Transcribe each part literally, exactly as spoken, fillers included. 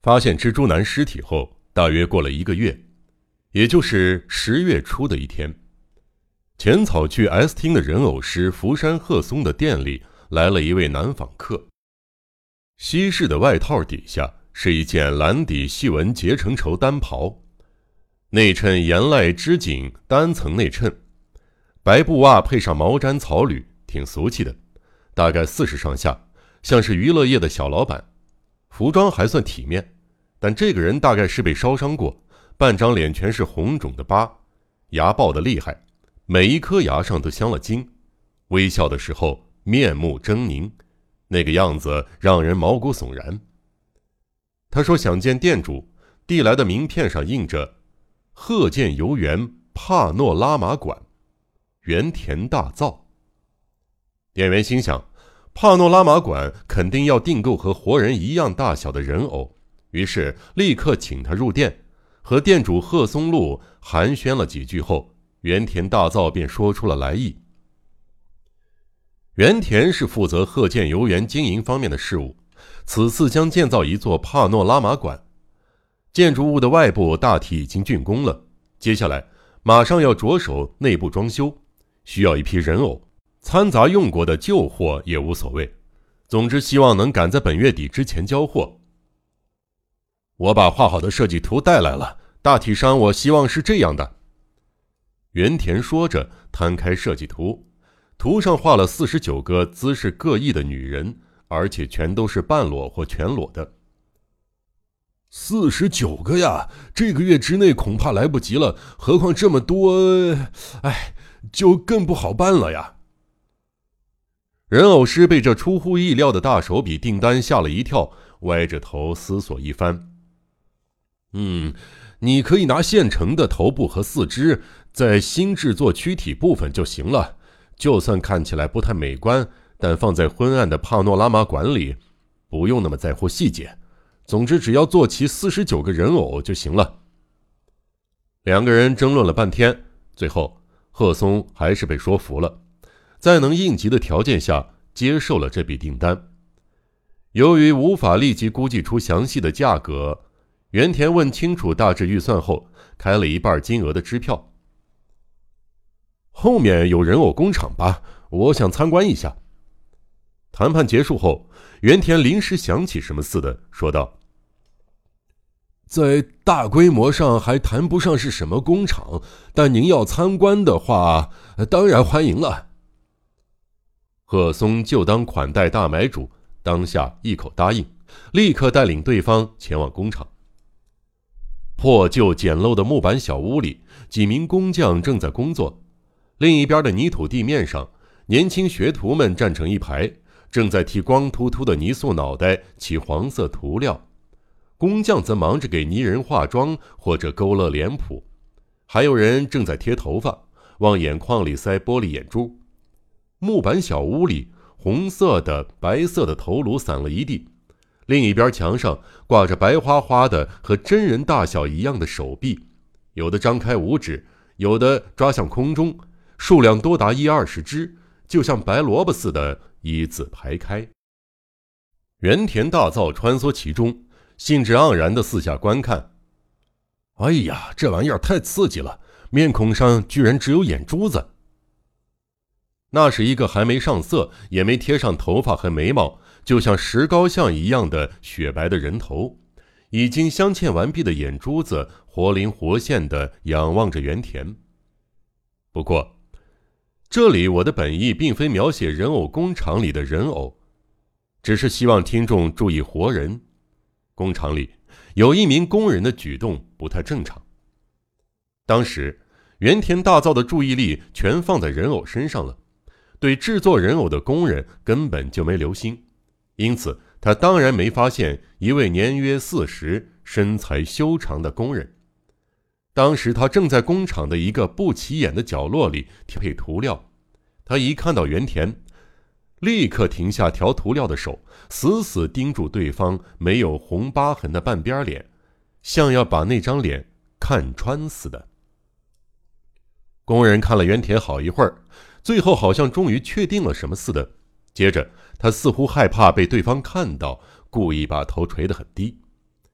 发现蜘蛛男尸体后，大约过了一个月，也就是十月初的一天，浅草区 S 厅的人偶师福山鹤松的店里来了一位男访客。西式的外套底下是一件蓝底细纹结成绸单袍，内衬岩濑织锦单层内衬，白布袜配上毛毡草履，挺俗气的，大概四十上下，像是娱乐业的小老板。服装还算体面，但这个人大概是被烧伤过，半张脸全是红肿的疤，牙爆得厉害，每一颗牙上都镶了金，微笑的时候面目狰狞，那个样子让人毛骨悚然。他说想见店主，递来的名片上印着鹤见游园帕诺拉玛馆，原田大造。店员心想，帕诺拉玛馆肯定要订购和活人一样大小的人偶，于是立刻请他入店，和店主鹤松路寒暄了几句后，原田大造便说出了来意。原田是负责鹤见游园经营方面的事务，此次将建造一座帕诺拉玛馆，建筑物的外部大体已经竣工了，接下来马上要着手内部装修，需要一批人偶，掺杂用过的旧货也无所谓，总之希望能赶在本月底之前交货。我把画好的设计图带来了，大体上我希望是这样的。原田说着摊开设计图，图上画了四十九个姿势各异的女人，而且全都是半裸或全裸的。四十九个呀，这个月之内恐怕来不及了，何况这么多，哎，就更不好办了呀。人偶师被这出乎意料的大手笔订单吓了一跳，歪着头思索一番。嗯，你可以拿现成的头部和四肢，再新制作躯体部分就行了，就算看起来不太美观，但放在昏暗的帕诺拉玛馆里，不用那么在乎细节。总之只要做齐四十九个人偶就行了。两个人争论了半天，最后鹤松还是被说服了，在能应急的条件下接受了这笔订单。由于无法立即估计出详细的价格，原田问清楚大致预算后，开了一半金额的支票。后面有人偶工厂吧，我想参观一下。谈判结束后，原田临时想起什么似的说道，在大规模上还谈不上是什么工厂，但您要参观的话，当然欢迎了。鹤松就当款待大买主，当下一口答应，立刻带领对方前往工厂。破旧简陋的木板小屋里，几名工匠正在工作，另一边的泥土地面上，年轻学徒们站成一排，正在替光秃秃的泥塑脑袋起黄色涂料，工匠则忙着给泥人化妆或者勾勒脸谱，还有人正在贴头发，往眼眶里塞玻璃眼珠。木板小屋里，红色的、白色的头颅散了一地，另一边墙上挂着白花花的和真人大小一样的手臂，有的张开五指，有的抓向空中，数量多达一二十只，就像白萝卜似的一字排开。原田大造穿梭其中，兴致盎然地四下观看。哎呀，这玩意儿太刺激了，面孔上居然只有眼珠子。那是一个还没上色，也没贴上头发和眉毛，就像石膏像一样的雪白的人头，已经镶嵌完毕的眼珠子活灵活现地仰望着原田。不过这里我的本意并非描写人偶工厂里的人偶，只是希望听众注意活人。工厂里有一名工人的举动不太正常。当时原田大造的注意力全放在人偶身上了，对制作人偶的工人根本就没留心，因此他当然没发现一位年约四十、身材修长的工人。当时他正在工厂的一个不起眼的角落里配涂料，他一看到原田，立刻停下调涂料的手，死死盯住对方没有红疤痕的半边脸，像要把那张脸看穿似的。工人看了原田好一会儿，最后好像终于确定了什么似的，接着他似乎害怕被对方看到，故意把头垂得很低。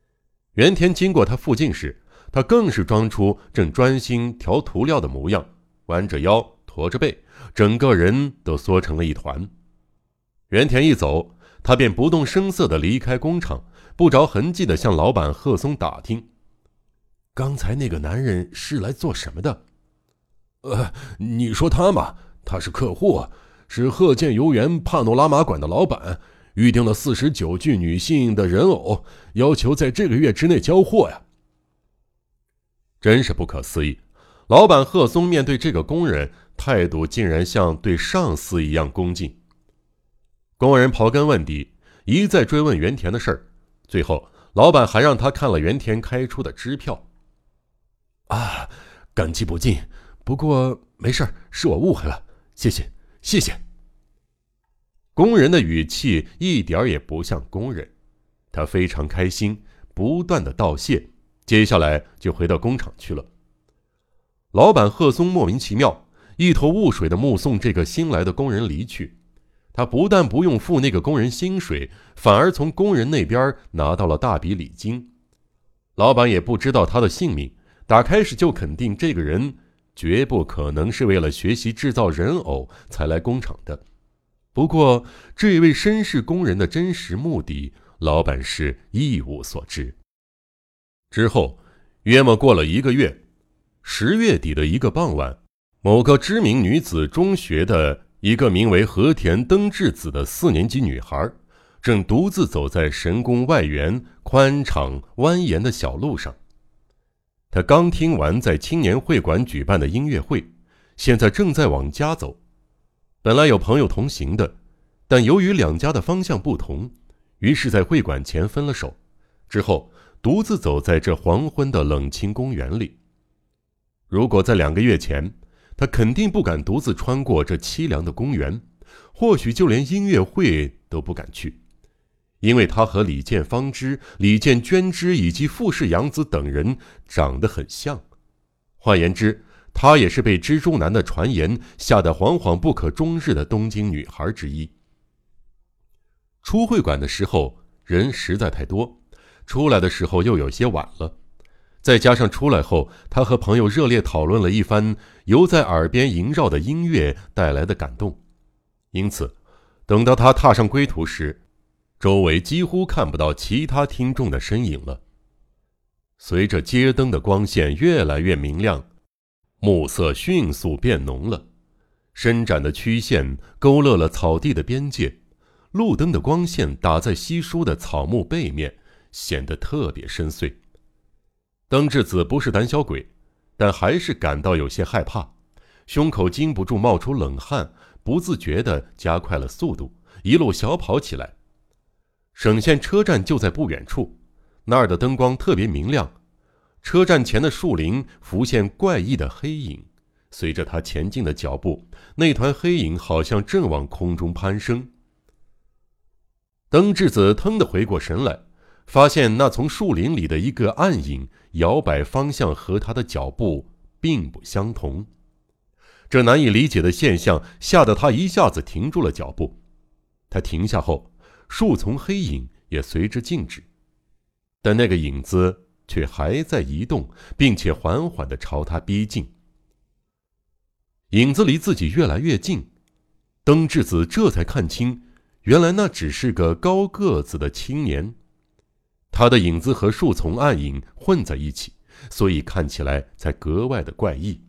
原田经过他附近时，他更是装出正专心调涂料的模样，弯着腰，驼着背，整个人都缩成了一团。原田一走，他便不动声色地离开工厂，不着痕迹地向老板贺松打听：刚才那个男人是来做什么的？呃，你说他嘛，他是客户，是鹤见游园帕诺拉玛馆的老板，预定了四十九具女性的人偶，要求在这个月之内交货呀。真是不可思议，老板贺松面对这个工人态度竟然像对上司一样恭敬。工人刨根问底，一再追问原田的事儿，最后老板还让他看了原田开出的支票。啊，感激不尽，不过没事，是我误会了，谢谢谢谢。工人的语气一点也不像工人，他非常开心，不断的道谢，接下来就回到工厂去了。老板贺松莫名其妙，一头雾水的目送这个新来的工人离去。他不但不用付那个工人薪水，反而从工人那边拿到了大笔礼金。老板也不知道他的姓名，打开始就肯定这个人绝不可能是为了学习制造人偶才来工厂的。不过这位绅士工人的真实目的，老板是一无所知。之后约莫过了一个月，十月底的一个傍晚，某个知名女子中学的一个名为和田登志子的四年级女孩，正独自走在神宫外园宽敞蜿蜒的小路上。她刚听完在青年会馆举办的音乐会，现在正在往家走。本来有朋友同行的，但由于两家的方向不同，于是在会馆前分了手，之后独自走在这黄昏的冷清公园里。如果在两个月前，他肯定不敢独自穿过这凄凉的公园，或许就连音乐会都不敢去，因为他和李健方之、李健娟之以及富士洋子等人长得很像。换言之，她也是被蜘蛛男的传言吓得惶惶不可终日的东京女孩之一。出会馆的时候人实在太多，出来的时候又有些晚了，再加上出来后他和朋友热烈讨论了一番由在耳边萦绕的音乐带来的感动，因此等到他踏上归途时，周围几乎看不到其他听众的身影了。随着街灯的光线越来越明亮，暮色迅速变浓了，伸展的曲线勾勒了草地的边界，路灯的光线打在稀疏的草木背面，显得特别深邃。登志子不是胆小鬼，但还是感到有些害怕，胸口禁不住冒出冷汗，不自觉地加快了速度，一路小跑起来。省线车站就在不远处，那儿的灯光特别明亮，车站前的树林浮现怪异的黑影，随着他前进的脚步，那团黑影好像正往空中攀升。登志子腾地回过神来，发现那从树林里的一个暗影摇摆方向和他的脚步并不相同。这难以理解的现象吓得他一下子停住了脚步。他停下后，树丛黑影也随之静止，但那个影子却还在移动，并且缓缓地朝他逼近。影子离自己越来越近，登志子这才看清，原来那只是个高个子的青年。他的影子和树丛暗影混在一起，所以看起来才格外的怪异。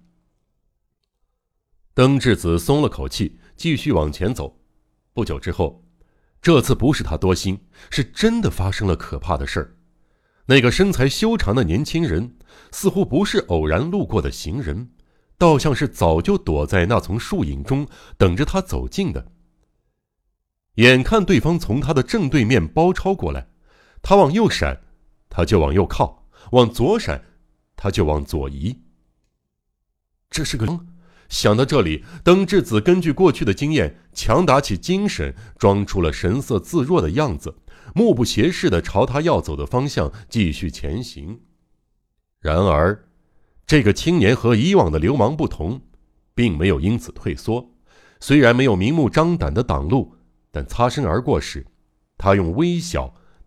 登志子松了口气，继续往前走。不久之后，这次不是他多心，是真的发生了可怕的事儿。那个身材修长的年轻人似乎不是偶然路过的行人，倒像是早就躲在那丛树影中等着他走近的。眼看对方从他的正对面包抄过来，他往右闪，他就往右靠；往左闪，他就往左移。这是个想到这里，登志子根据过去的经验，强打起精神，装出了神色自若的样子，目不斜视地朝他要走的方向继续前行。然而，这个青年和以往的流氓不同，并没有因此退缩。虽然没有明目张胆地挡路，但擦身而过时，他用微小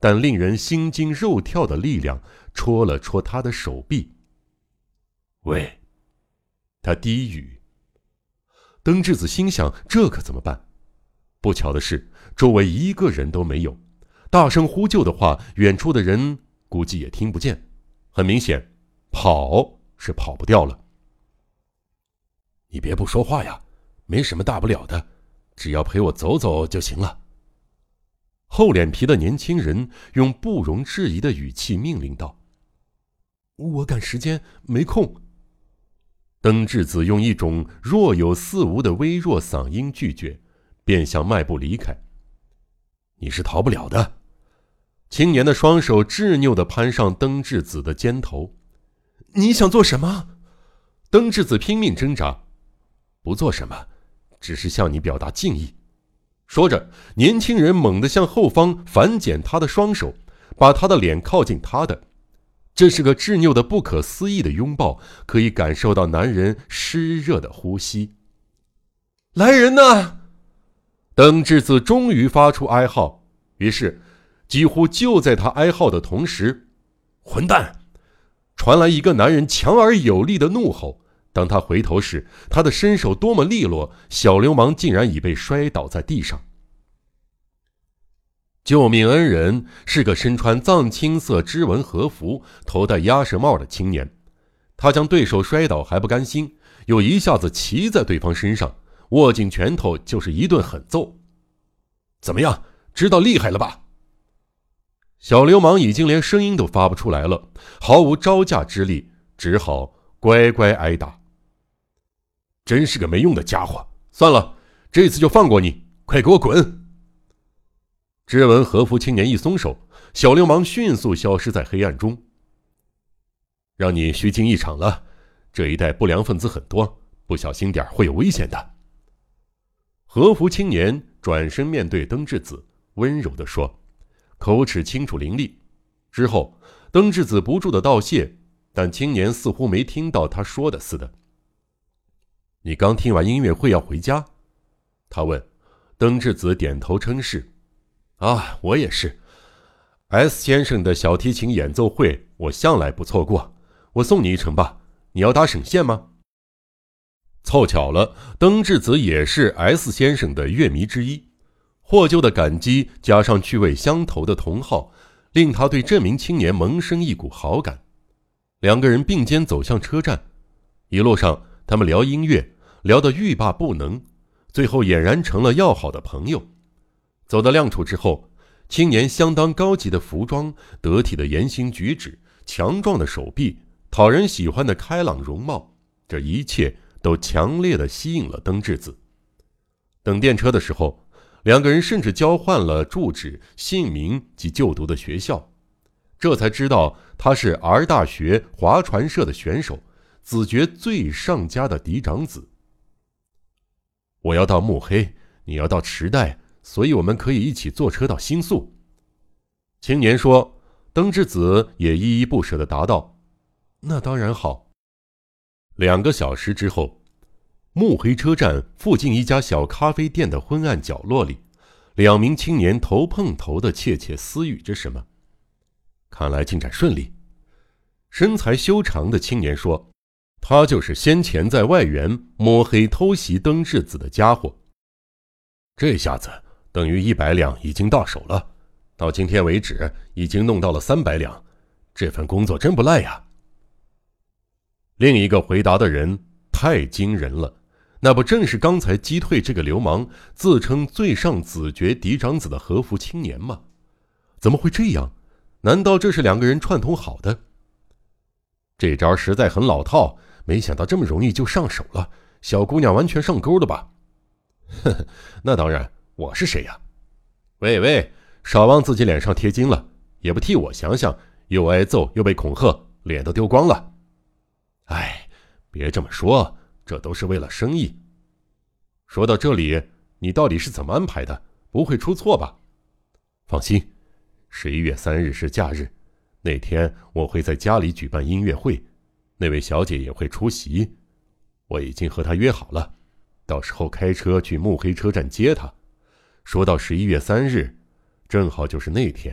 但令人心惊肉跳的力量戳了戳他的手臂。喂，他低语。登智子心想，这可怎么办？不巧的是，周围一个人都没有，大声呼救的话，远处的人估计也听不见。很明显，跑是跑不掉了。你别不说话呀，没什么大不了的，只要陪我走走就行了。厚脸皮的年轻人用不容置疑的语气命令道。我赶时间，没空。登智子用一种若有似无的微弱嗓音拒绝，便想迈步离开。你是逃不了的。青年的双手执拗地攀上登智子的肩头。你想做什么？登智子拼命挣扎。不做什么，只是向你表达敬意。说着，年轻人猛地向后方反剪他的双手，把他的脸靠近他的。这是个执拗的不可思议的拥抱，可以感受到男人湿热的呼吸。来人呐！登智子终于发出哀号，于是几乎就在他哀号的同时，混蛋！传来一个男人强而有力的怒吼。当他回头时，他的身手多么利落，小流氓竟然已被摔倒在地上。救命恩人是个身穿藏青色织纹和服、头戴鸭舌帽的青年。他将对手摔倒还不甘心，又一下子骑在对方身上，握紧拳头就是一顿狠揍。怎么样，知道厉害了吧？小流氓已经连声音都发不出来了，毫无招架之力，只好乖乖挨打。真是个没用的家伙，算了，这次就放过你，快给我滚！织纹和服青年一松手，小流氓迅速消失在黑暗中。让你虚惊一场了，这一带不良分子很多，不小心点会有危险的。和服青年转身面对登智子，温柔地说，口齿清楚伶俐。之后，登智子不住地道谢，但青年似乎没听到他说的似的。你刚听完音乐会要回家？他问。登智子点头称是。啊，我也是。S 先生的小提琴演奏会我向来不错过，我送你一程吧。你要搭省线吗？凑巧了，登智子也是 S 先生的乐迷之一。获救的感激加上趣味相投的同好，令他对这名青年萌生一股好感。两个人并肩走向车站，一路上他们聊音乐，聊得欲罢不能，最后俨然成了要好的朋友。走到亮处之后，青年相当高级的服装，得体的言行举止，强壮的手臂，讨人喜欢的开朗容貌，这一切都强烈地吸引了登智子。等电车的时候，两个人甚至交换了住址、姓名及就读的学校，这才知道他是 R 大学划船社的选手，子爵最上家的嫡长子。我要到慕黑，你要到池袋，所以我们可以一起坐车到新宿。青年说，登智子也依依不舍地答道，那当然好。两个小时之后，慕黑车站附近一家小咖啡店的昏暗角落里，两名青年头碰头地窃窃私语着什么。看来进展顺利。身材修长的青年说，他就是先前在外园摸黑偷袭登智子的家伙。这下子等于一百两已经到手了，到今天为止已经弄到了三百两，这份工作真不赖呀。另一个回答的人太惊人了，那不正是刚才击退这个流氓，自称最上子爵嫡长子的和服青年吗？怎么会这样？难道这是两个人串通好的？这招实在很老套，没想到这么容易就上手了，小姑娘完全上钩了吧？呵呵，那当然，我是谁呀？喂喂，少往自己脸上贴金了，也不替我想想，又挨揍又被恐吓，脸都丢光了。哎，别这么说，这都是为了生意。说到这里，你到底是怎么安排的？不会出错吧？放心，十一月三日是假日，那天我会在家里举办音乐会，那位小姐也会出席，我已经和她约好了，到时候开车去慕黑车站接她。说到十一月三日，正好就是那天，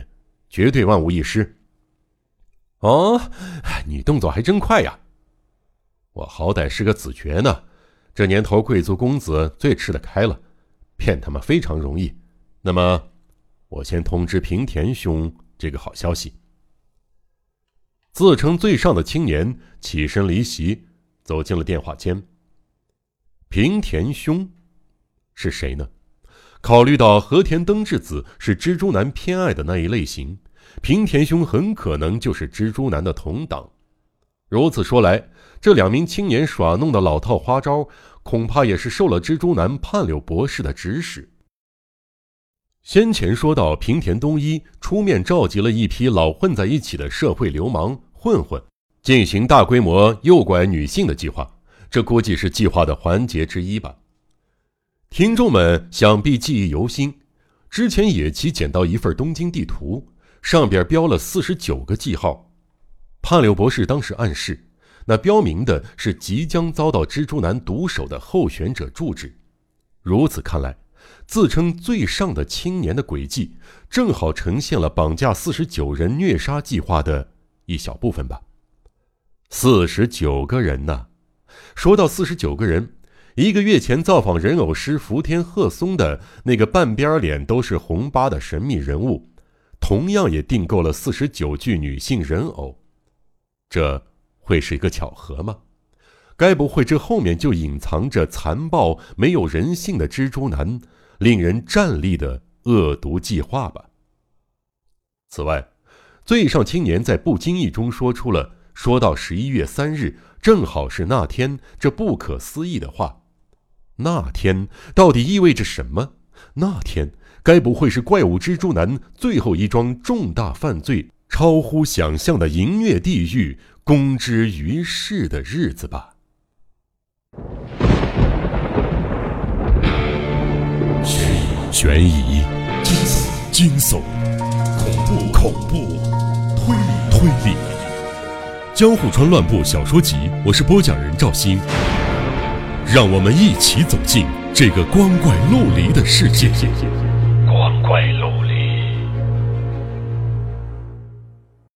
绝对万无一失。哦，你动作还真快呀！我好歹是个子爵呢，这年头贵族公子最吃得开了，骗他们非常容易。那么，我先通知平田兄这个好消息。自称最上的青年起身离席，走进了电话间。平田兄是谁呢？考虑到和田登志子是蜘蛛男偏爱的那一类型，平田兄很可能就是蜘蛛男的同党。如此说来，这两名青年耍弄的老套花招，恐怕也是受了蜘蛛男盼柳博士的指使。先前说到平田东一出面召集了一批老混在一起的社会流氓混混，进行大规模诱拐女性的计划，这估计是计划的环节之一吧。听众们想必记忆犹新，之前野崎捡到一份东京地图，上边标了四十九个记号。盼柳博士当时暗示，那标明的是即将遭到蜘蛛男毒手的候选者住址。如此看来，自称最上的青年的诡计，正好呈现了绑架四十九人虐杀计划的一小部分吧。四十九个人呢、啊？说到四十九个人，一个月前造访人偶师福田鹤松的那个半边脸都是红疤的神秘人物，同样也订购了四十九具女性人偶。这会是一个巧合吗？该不会这后面就隐藏着残暴没有人性的蜘蛛男令人战栗的恶毒计划吧？此外，最上青年在不经意中说出了说到十一月三日正好是那天这不可思议的话。那天到底意味着什么？那天该不会是怪物蜘蛛男最后一桩重大犯罪超乎想象的淫虐地狱公之于世的日子吧？悬疑、惊悚、恐怖、恐怖、推理、推理。江户川乱步小说集，我是播讲人赵鑫。让我们一起走进这个光怪陆离的世界。光怪陆